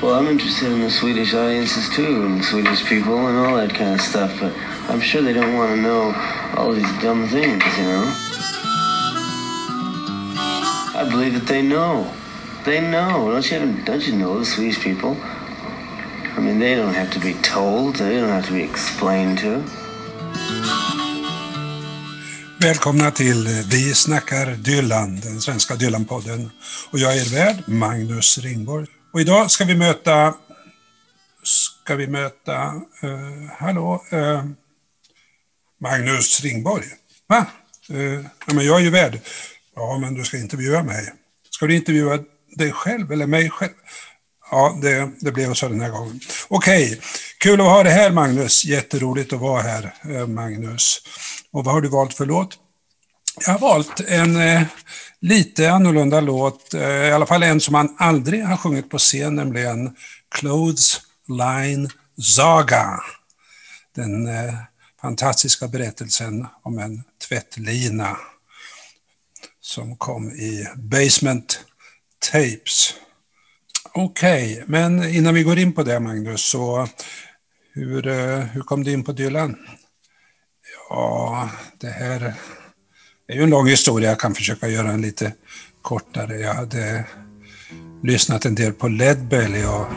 Well, I'm interested in the Swedish audiences too, and Swedish people and all that kind of stuff, but I'm sure they don't want to know all these dumb things, you know? I believe that they know. They know. Don't you know the Swedish people? I mean, they don't have to be told. They don't have to be explained to. Välkomna till Vi snackar Dylan, den svenska Dylan-podden. Och jag är värd, Magnus Ringborg. Och idag ska vi möta Magnus Ringborg. Va? Ja, men jag är ju värd. Ja, men du ska intervjua mig. Ska du intervjua dig själv eller mig själv? Ja, det blev så den här gången. Okej, kul att ha det här, Magnus. Jätteroligt att vara här, Magnus. Och vad har du valt för låt? Jag har valt en lite annorlunda låt, i alla fall en som man aldrig har sjungit på scen, nämligen Clothesline Saga. Den fantastiska berättelsen om en tvättlina som kom i Basement Tapes. Okej, men innan vi går in på det, Magnus, så hur kom du in på Dylan? Ja, det här är ju en lång historia. Jag kan försöka göra en lite kortare. Jag hade lyssnat en del på Led Belly och...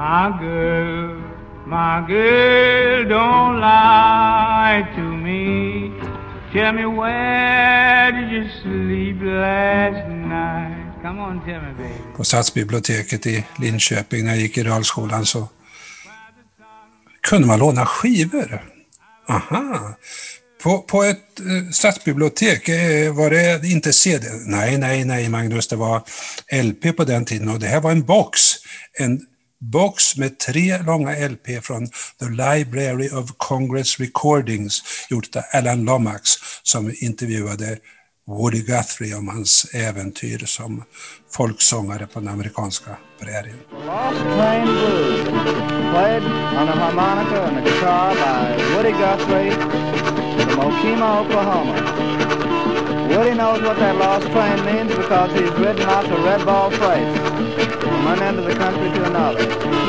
My girl, don't lie to me. Tell me where did you sleep last night? Come on, tell me, baby. På Stadsbiblioteket i Linköping när jag gick i realskolan så kunde man låna skivor. Aha. På ett stadsbibliotek var det inte CD. Nej, Magnus, det var LP på den tiden och det här var en box med 3 långa LP från The Library of Congress Recordings gjort av Alan Lomax som intervjuade Woody Guthrie om hans äventyr som folksångare på den amerikanska prärien. Lost Train Blues, played on a harmonica and a guitar by Woody Guthrie from Okima, Oklahoma. Woody knows what that lost train means because he's ridden out the Red Ball freight from one end of the country to another.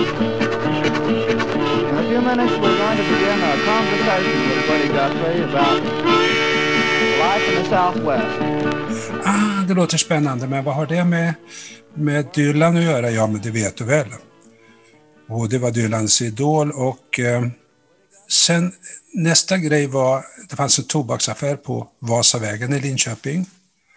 In a few minutes we're going to begin a conversation with Woody Guthrie about life in the Southwest. Det låter spännande, men vad har det med Dylan att göra? Ja, men det vet du väl. Och det var Dylans idol och sen nästa grej var, det fanns en tobaksaffär på Vasavägen i Linköping.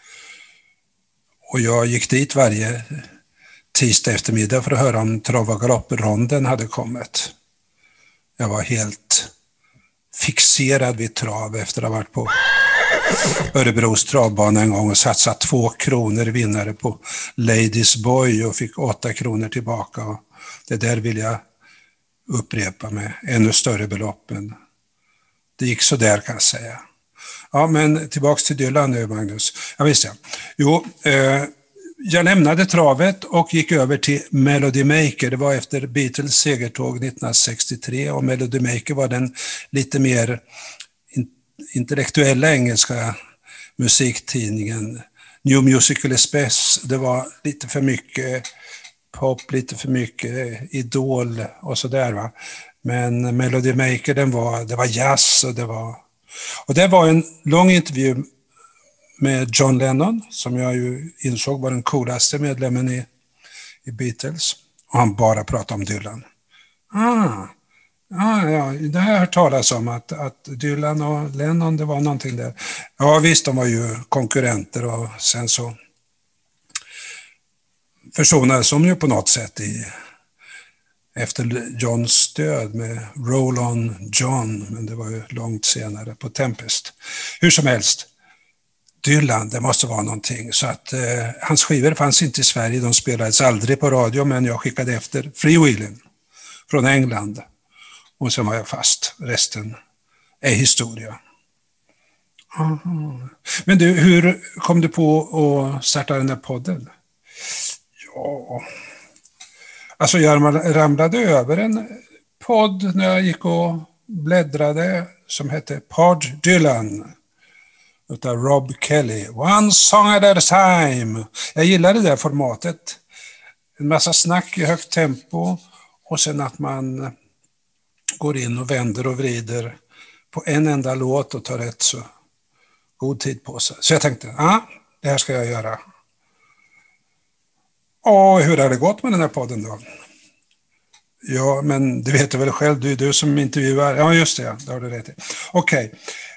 Och jag gick dit varje tisdag eftermiddag för att höra om trav- och galoppronden hade kommit. Jag var helt fixerad vid trav efter att ha varit på Örebros travbana en gång och satsat 2 kronor vinnare på Ladies Boy och fick 8 kronor tillbaka. Och det där vill jag upprepa med ännu större belopp. Det gick så där, kan jag säga. Ja, men tillbaks till Dylan nu, Magnus. Ja, visst ja. Jo, jag lämnade travet och gick över till Melody Maker. Det var efter Beatles segertåg 1963 och Melody Maker var den lite mer intellektuella engelska musiktidningen. New Musical Express, det var lite för mycket pop, lite för mycket Idol och sådär, va. Men Melody Maker, det var jazz och det var en lång intervju med John Lennon som jag ju insåg var den coolaste medlemmen i Beatles. Och han bara pratade om Dylan. Ja, det har jag hört talas om att Dylan och Lennon, det var någonting där. Ja visst, de var ju konkurrenter och sen så försonades de ju på något sätt efter Johns död med Roll On John, men det var ju långt senare på Tempest. Hur som helst, Dylan, det måste vara någonting. Så att hans skivor fanns inte i Sverige, de spelades aldrig på radio, men jag skickade efter Freewheeling från England. Och sen var jag fast. Resten är historia. Aha. Men du, hur kom du på att starta den här podden? Ja, alltså jag ramlade över en podd när jag gick och bläddrade som hette Pod Dylan utav Rob Kelly. One song at a time. Jag gillade det där formatet. En massa snack i högt tempo och sen att man går in och vänder och vrider på en enda låt och tar rätt så god tid på sig. Så jag tänkte, det här ska jag göra. Och hur har det gått med den här podden då? Ja, men du vet väl själv, det är du som intervjuar. Ja, just det, har du rätt i. Okej.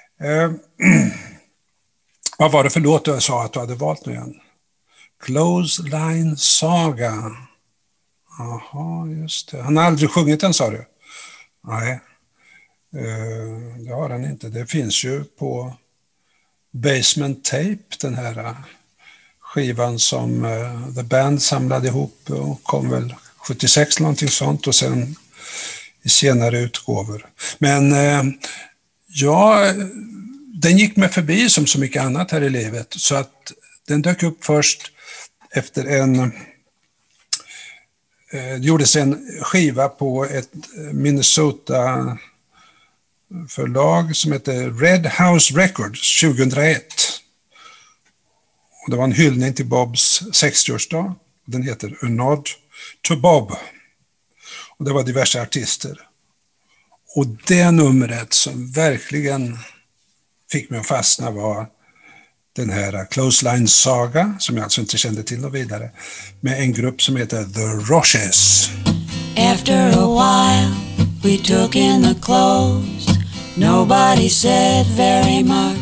Vad var det för låt du sa att du hade valt nu igen? Clothesline Saga. Jaha, just det. Han har aldrig sjungit den, sa du? Nej, det har han inte. Det finns ju på Basement Tape, den här skivan som The Band samlade ihop och kom väl 76 eller någonting sånt och sen i senare utgåvor. Men den gick mig förbi som så mycket annat här i livet, så att den dök upp först efter det gjordes en skiva på ett Minnesota förlag som heter Red House Records 2001. Och det var en hyllning till Bobs 60-årsdag. Den heter A Nod to Bob. Och det var diverse artister. Och det numret som verkligen fick mig att fastna var den här Clothesline Saga, som jag alltså inte kände till något vidare, med en grupp som heter The Roches. After a while we took in the clothes. Nobody said very much.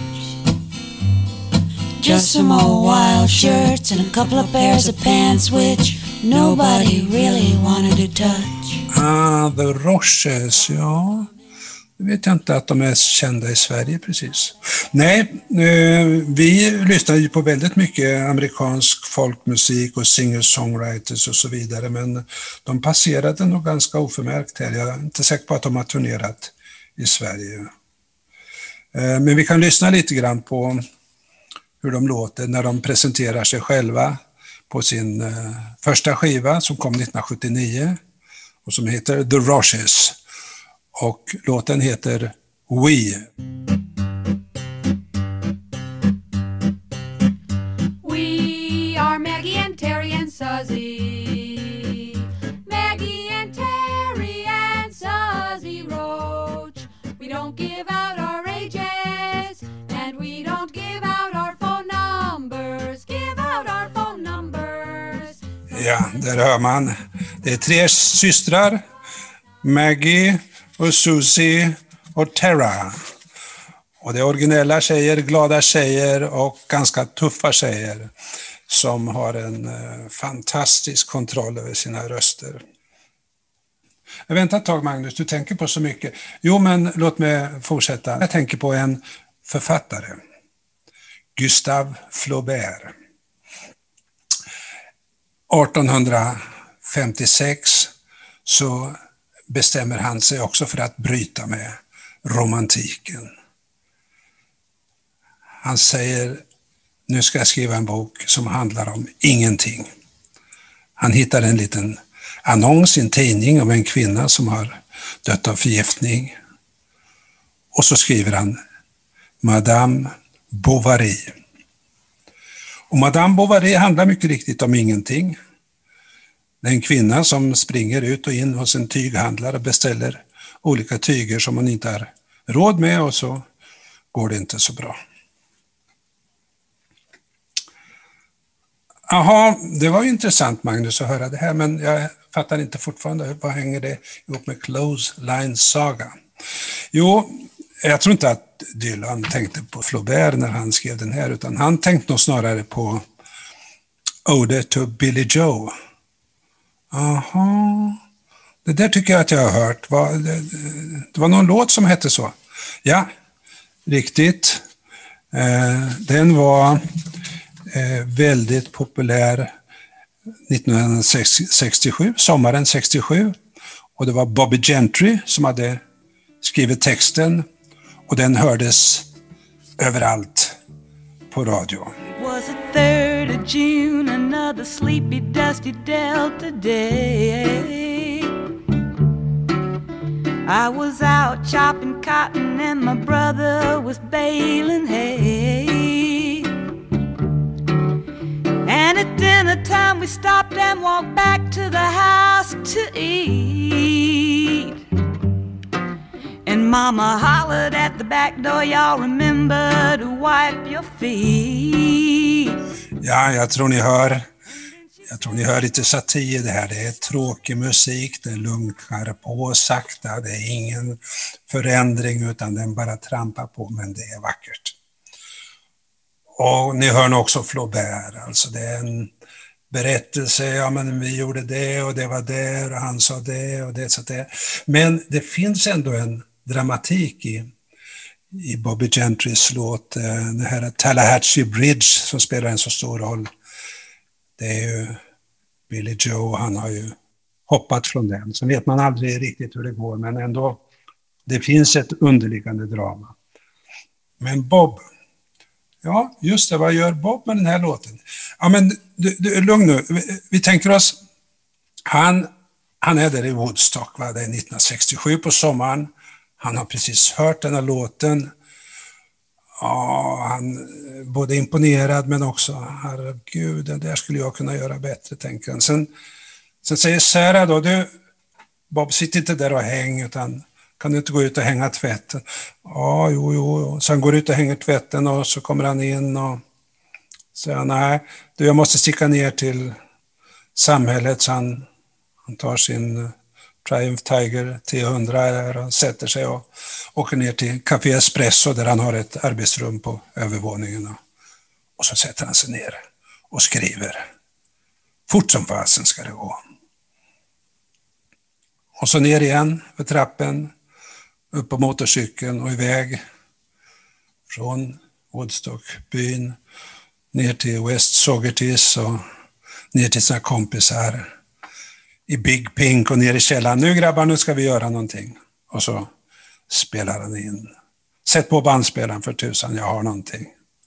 Just some old wild shirts and a couple of pairs of pants which nobody really wanted to touch. The Roches, ja. Jag vet inte att de är kända i Sverige precis. Nej, vi lyssnade ju på väldigt mycket amerikansk folkmusik och singer-songwriters och så vidare, men de passerade nog ganska oförmärkt här. Jag är inte säker på att de har turnerat i Sverige. Men vi kan lyssna lite grann på hur de låter när de presenterar sig själva på sin första skiva som kom 1979 och som heter The Roches. Och låten heter We. We are Maggie and Terry and Suzy. Maggie and Terry and Suzy Roach. We don't give out our ages and we don't give out our phone numbers. Give out our phone numbers. Ja, där hör man. Det är 3 systrar. Maggie och Susie och Tara. Och det är originella tjejer, glada tjejer och ganska tuffa tjejer som har en fantastisk kontroll över sina röster. Jag väntar ett tag, Magnus, du tänker på så mycket. Jo, men låt mig fortsätta. Jag tänker på en författare, Gustave Flaubert. 1856 så bestämmer han sig också för att bryta med romantiken. Han säger, nu ska jag skriva en bok som handlar om ingenting. Han hittar en liten annons i en tidning om en kvinna som har dött av förgiftning. Och så skriver han Madame Bovary. Och Madame Bovary handlar mycket riktigt om ingenting. Det är en kvinna som springer ut och in hos en tyghandlare och beställer olika tyger som hon inte har råd med och så går det inte så bra. Jaha, det var ju intressant, Magnus, att höra det här, men jag fattar inte fortfarande vad hänger det ihop med Clothesline Saga. Jo, jag tror inte att Dylan tänkte på Flaubert när han skrev den här, utan han tänkte nog snarare på Ode to Billy Joe. Aha, det där tycker jag att jag har hört. Det var någon låt som hette så. Ja, riktigt. Den var väldigt populär 1967, sommaren 67. Och det var Bobby Gentry som hade skrivit texten och den hördes överallt på radio. Was the 3rd of June, another sleepy, dusty Delta day. I was out chopping cotton and my brother was baling hay. And at dinner time we stopped and walked back to the house. just to eat. And Mama hollered at the back door, y'all remember to wipe your feet. Ja, jag tror ni hör lite satir det här. Det är tråkig musik, det lunkar på sakta, det är ingen förändring utan den bara trampar på, men det är vackert. Och ni hör nog också Flaubert, alltså det är en berättelse, ja men vi gjorde det och det var där och han sa det och det så det. Men det finns ändå en dramatik i Bobby Gentrys låt, det här Tallahatchie Bridge som spelar en så stor roll. Det är ju Billy Joe, han har ju hoppat från den. Så vet man aldrig riktigt hur det går, men ändå, det finns ett underliggande drama. Men Bob, ja just det, vad gör Bob med den här låten? Ja men du lugn nu, vi tänker oss, han är där i Woodstock, va? Det är 1967 på sommaren. Han har precis hört den här låten. Ja, han är både imponerad men också, herregud, det där skulle jag kunna göra bättre, tänker han. Sen säger Sarah då, du, Bob, sitt inte där och häng, utan kan du inte gå ut och hänga tvätten? Ja, jo. Så han går ut och hänger tvätten och så kommer han in och säger, nej, du, jag måste sticka ner till samhället. Så han tar sin Triumph Tiger T100 och sätter sig och åker ner till Café Espresso där han har ett arbetsrum på övervåningen. Och så sätter han sig ner och skriver. Fort som fasen ska det gå. Och så ner igen för trappen, upp på motorcykeln och iväg från Woodstock-byn ner till West Saugerties och ner till sina kompisar i Big Pink och ner i källaren. Nu grabbar, nu ska vi göra någonting. Och så spelar han in. Sätt på bandspelaren för tusan, jag har någonting.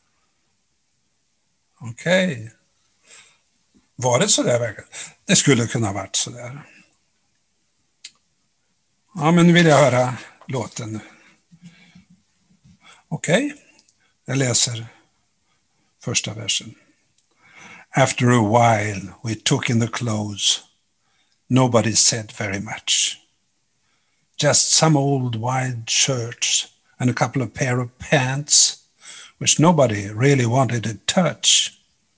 Okej. Var det så där verkligen? Det skulle kunna ha varit så där. Ja, men nu vill jag höra låten. Okej. Jag läser första versen. After a while we took in the clothes. Nobody said very much. Just some old wide shirts and a couple of pair of pants, which nobody really wanted to touch.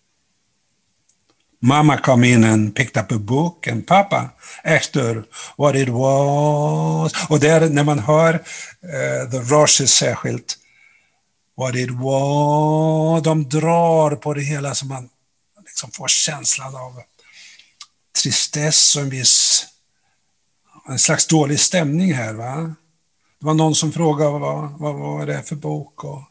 Mama come in and picked up a book and Papa asked her what it was. Och där när man hör The Rushes särskilt, what it was, de drar på det hela så man liksom får känslan av tristess och en slags dålig stämning här, va? Det var någon som frågade vad var det för bok och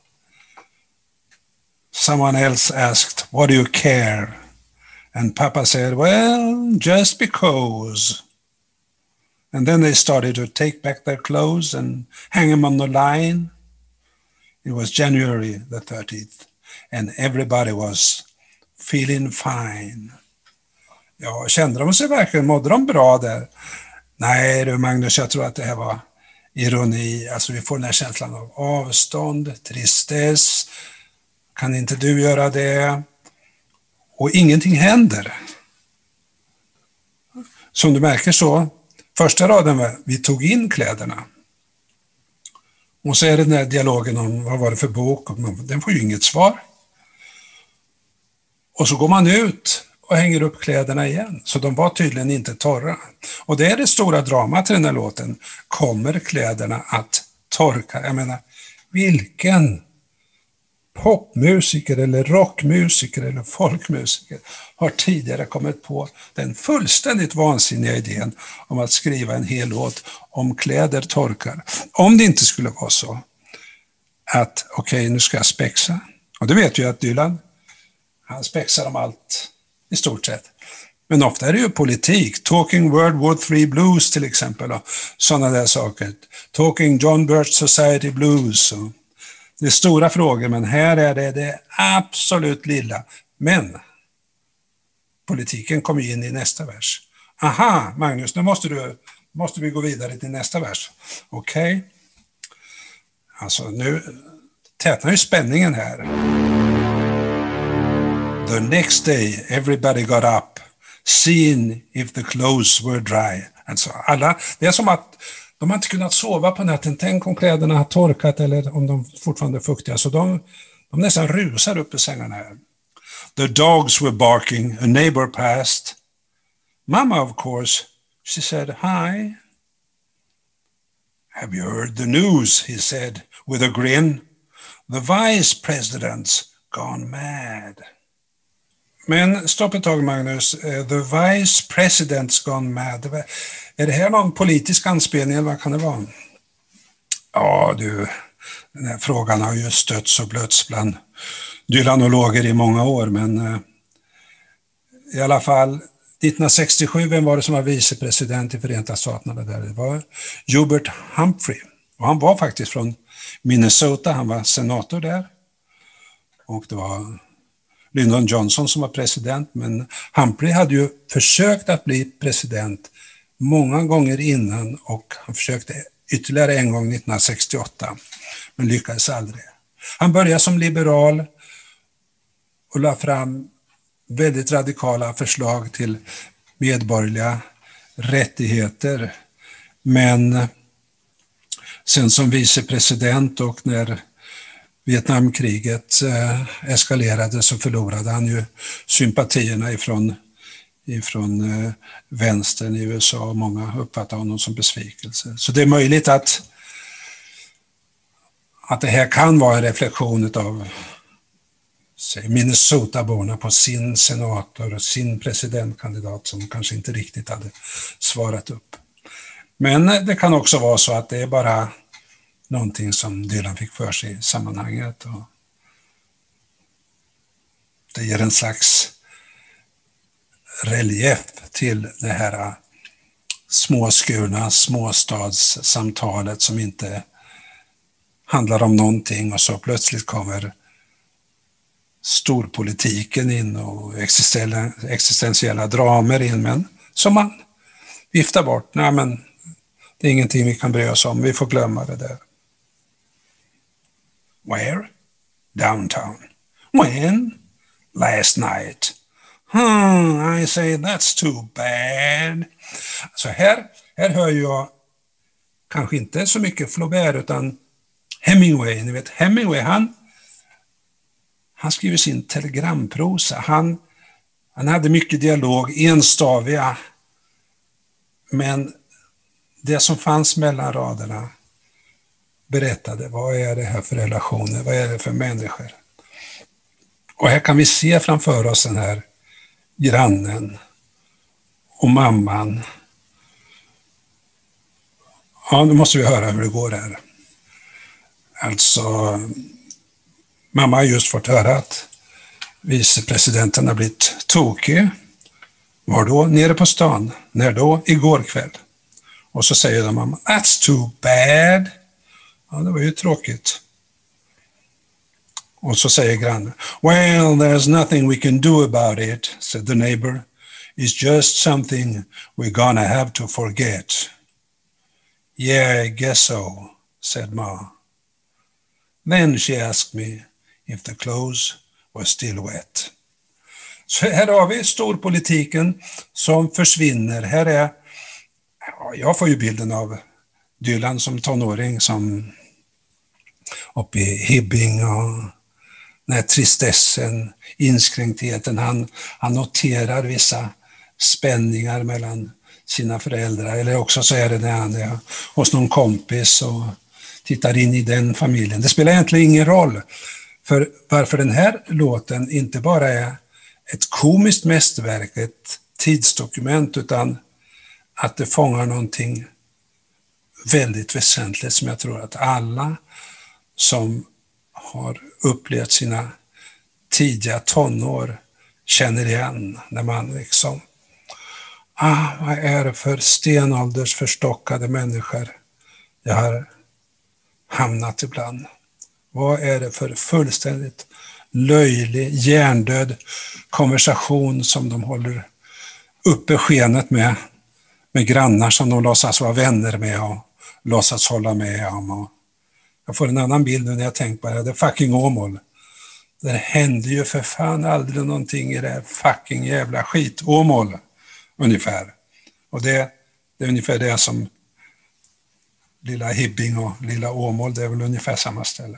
someone else asked, what do you care? And Papa said, well, just because. And then they started to take back their clothes and hang them on the line. It was January the 30th and everybody was feeling fine. Ja, kände de sig verkligen, mådde de bra där? Nej du Magnus, jag tror att det här var ironi. Alltså vi får den här känslan av avstånd, tristess. Kan inte du göra det? Och ingenting händer. Som du märker så, första raden var, vi tog in kläderna. Och så är det den här dialogen om vad var det för bok, och den får ju inget svar. Och så går man ut och hänger upp kläderna igen. Så de var tydligen inte torra. Och det är det stora dramat i den här låten. Kommer kläderna att torka? Jag menar, vilken popmusiker eller rockmusiker eller folkmusiker har tidigare kommit på den fullständigt vansinniga idén om att skriva en hel låt om kläder torkar? Om det inte skulle vara så att okej, nu ska jag spexa. Och det vet ju att Dylan, han spexar om allt i stort sett. Men ofta är det ju politik. Talking World War III Blues till exempel och sådana där saker. Talking John Birch Society Blues. Och det är stora frågor, men här är det absolut lilla. Men politiken kommer in i nästa vers. Aha, Magnus, nu måste vi gå vidare till nästa vers. Okej. Alltså nu tätnar ju spänningen här. The next day everybody got up, seen if the clothes were dry. Alltså alla, det är som att de har inte kunnat sova på natten. Tänk om kläderna har torkat eller om de fortfarande är fuktiga. Så de nästan rusar upp i sängarna här. The dogs were barking. A neighbor passed. Mama, of course. She said, hi. Have you heard the news? He said with a grin. The vice president's gone mad. Men stopp ett tag, Magnus. The vice president's gone mad. Är det här någon politisk anspelning eller vad kan det vara? Ja du, den här frågan har ju stötts och blötts bland dylanologer i många år, men i alla fall 1967, vem var det som var vicepresident i Förenta Staterna? Det var Hubert Humphrey. Och han var faktiskt från Minnesota, han var senator där. Och det var Lyndon Johnson som var president, men Humphrey hade ju försökt att bli president många gånger innan och han försökte ytterligare en gång 1968, men lyckades aldrig. Han började som liberal och la fram väldigt radikala förslag till medborgerliga rättigheter, men sen som vicepresident och när Vietnamkriget eskalerade så förlorade han ju sympatierna ifrån vänstern i USA och många uppfattar honom som besvikelse. Så det är möjligt att det här kan vara en reflektion av Minnesota-borna på sin senator och sin presidentkandidat som kanske inte riktigt hade svarat upp. Men det kan också vara så att det är bara någonting som Dylan fick för sig i sammanhanget. Och det ger en slags relief till det här småskurna småstadssamtalet som inte handlar om någonting och så plötsligt kommer storpolitiken in och existentiella dramer in, men som man viftar bort. Nej, men det är ingenting vi kan bry oss om, vi får glömma det där. Where? Downtown. When? Last night. I say that's too bad. Så här hör jag kanske inte så mycket Flaubert utan Hemingway. Ni vet Hemingway, han skriver sin telegramprosa. Han hade mycket dialog, enstaviga, men det som fanns mellan raderna berättade, vad är det här för relationer, vad är det för människor? Och här kan vi se framför oss den här grannen och mamman. Ja, nu måste vi höra hur det går här. Alltså, mamma har just fått höra att vicepresidenten har blivit tokig. Var då? Nere på stan. När då? Igår kväll. Och så säger de mamma, that's too bad. Ja, det var ju tråkigt. Och så säger grannen, well, there's nothing we can do about it, said the neighbor. It's just something we're gonna have to forget. Yeah, I guess so, said Ma. Then she asked me if the clothes were still wet. Så här har vi storpolitiken som försvinner. Här är, jag får ju bilden av Dylan som tonåring som uppe i Hibbing och den här tristessen, inskränktheten. Han noterar vissa spänningar mellan sina föräldrar, eller också så är det när han är hos någon kompis och tittar in i den familjen. Det spelar egentligen ingen roll för varför den här låten inte bara är ett komiskt mästerverk, ett tidsdokument, utan att det fångar någonting väldigt väsentligt som jag tror att alla som har upplevt sina tidiga tonår känner igen när man liksom, vad är det för stenålders förstockade människor jag har hamnat ibland? Vad är det för fullständigt löjlig, hjärndöd konversation som de håller uppe skenet med grannar som de låtsas vara vänner med och låtsas hålla med om. Och jag får en annan bild nu när jag tänker på det. Det är fucking Åmål. Det händer ju för fan aldrig någonting i det här fucking jävla skit Åmål. ungefär. Och det är ungefär det som Lilla Hibbing och Lilla Åmål, det är väl ungefär samma ställe.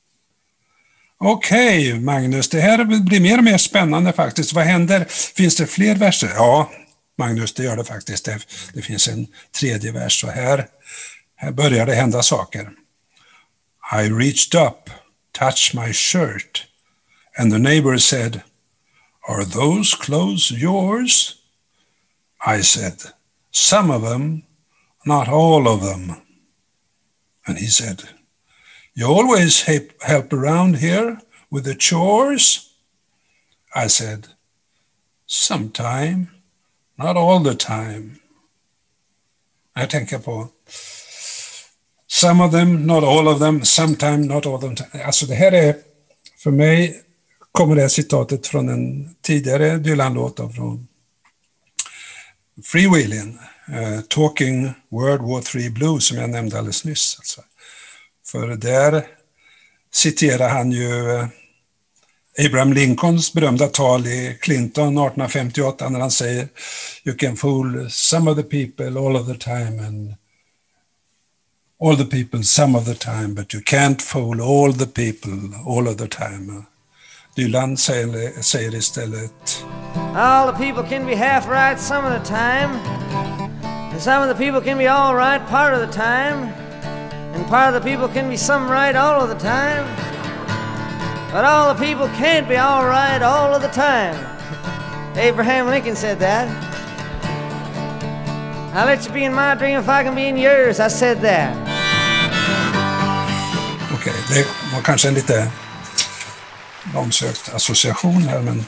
Okej, Magnus, det här blir mer och mer spännande faktiskt. Vad händer? Finns det fler verser? Ja, Magnus, det gör det faktiskt. Det finns en tredje vers, så här börjar det hända saker. I reached up, touched my shirt, and the neighbor said, "Are those clothes yours?" I said, "Some of them, not all of them." And he said, "You always help around here with the chores?" I said, "Sometime, not all the time." Jag tänker på some of them, not all of them, sometime, not all of them. Alltså det här är, för mig kommer det här citatet från en tidigare Dylan-låt från Freewheeling, Talking World War III Blues, som jag nämnde alldeles nyss. Alltså. För där citerar han ju Abraham Lincolns berömda tal i Clinton 1858 när han säger "You can fool some of the people all of the time and all the people some of the time, but you can't fool all the people all of the time." Dylan säger istället all the people can be half right some of the time, and some of the people can be all right part of the time, and part of the people can be some right all of the time, but all the people can't be all right all of the time. Abraham Lincoln said that. I'll let you be in my dream if I can be in yours. I said that. Okej, det var kanske en lite långsökt association här,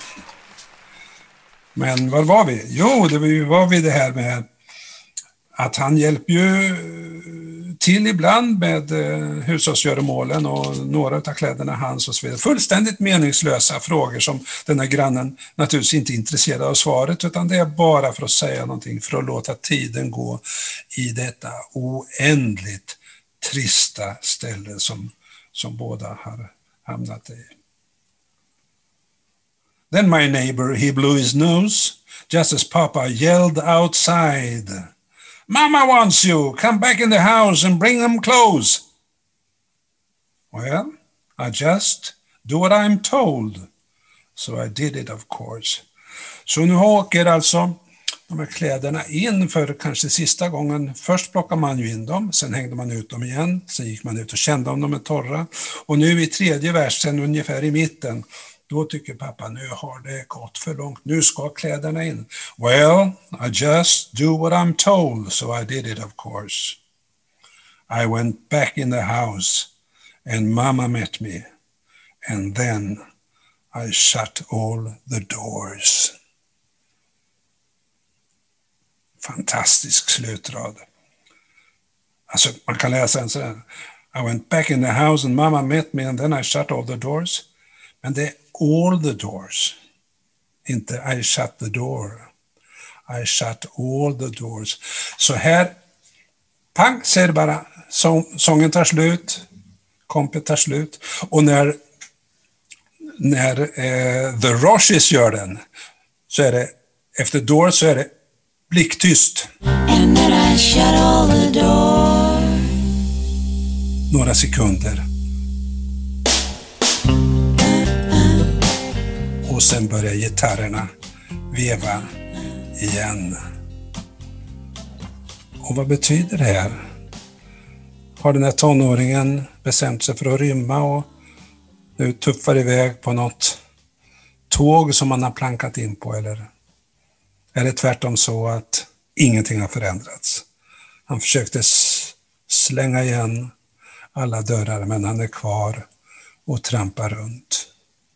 men var var vi? Jo, det var vi det här med att han hjälper ju till ibland med hushållsgöromålen och några av kläderna hans och så vidare. Fullständigt meningslösa frågor som den här grannen naturligtvis inte är intresserad av svaret, utan det är bara för att säga någonting, för att låta tiden gå i detta oändligt trista ställe som båda har hamnat i. Then my neighbor, he blew his nose, just as Papa yelled outside, "Mama wants you, come back in the house and bring them clothes." Well, I just do what I'm told. So I did it, of course. Så nu åker alltså de här kläderna in för kanske sista gången. Först plockade man ju in dem, sen hängde man ut dem igen, sen gick man ut och kände om de är torra. Och nu i tredje versen, ungefär i mitten, då tycker pappa, nu har det gått för långt, nu ska kläderna in. Well, I just do what I'm told, so I did it, of course. I went back in the house and Mama met me, and then I shut all the doors. Fantastisk slutrad. Alltså, man kan läsa en sån. I went back in the house and Mama met me, and then I shut all the doors. Men det är all the doors. Inte I shut the door. I shut all the doors. Så här, pang, säger det bara. Sången tar slut. Kompet tar slut. Och när The Rushes gör den, så är det, efter door så är det blicktyst. And then I shut all the doors. Några sekunder. Och sen börjar gitarrerna veva igen. Och vad betyder det här? Har den här tonåringen bestämt sig för att rymma och nu tuffar iväg på något tåg som man har plankat in på, eller är det tvärtom så att ingenting har förändrats? Han försökte slänga igen alla dörrar, men han är kvar och trampar runt.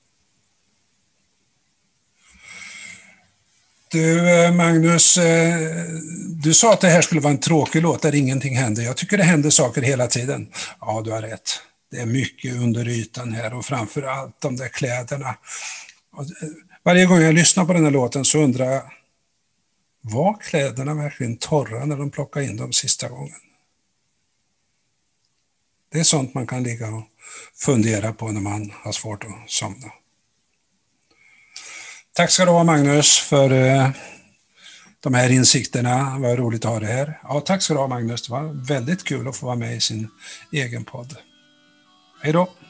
Du, Magnus, du sa att det här skulle vara en tråkig låt där ingenting händer. Jag tycker det händer saker hela tiden. Ja, du har rätt. Det är mycket under ytan här, och framförallt de där kläderna. Varje gång jag lyssnar på den här låten så undrar jag, var kläderna verkligen torra när de plockade in dem sista gången? Det är sånt man kan ligga och fundera på när man har svårt att somna. Tack ska du ha, Magnus, för de här insikterna. Vad roligt att ha det här. Ja, tack ska du ha, Magnus. Det var väldigt kul att få vara med i sin egen podd. Hej då!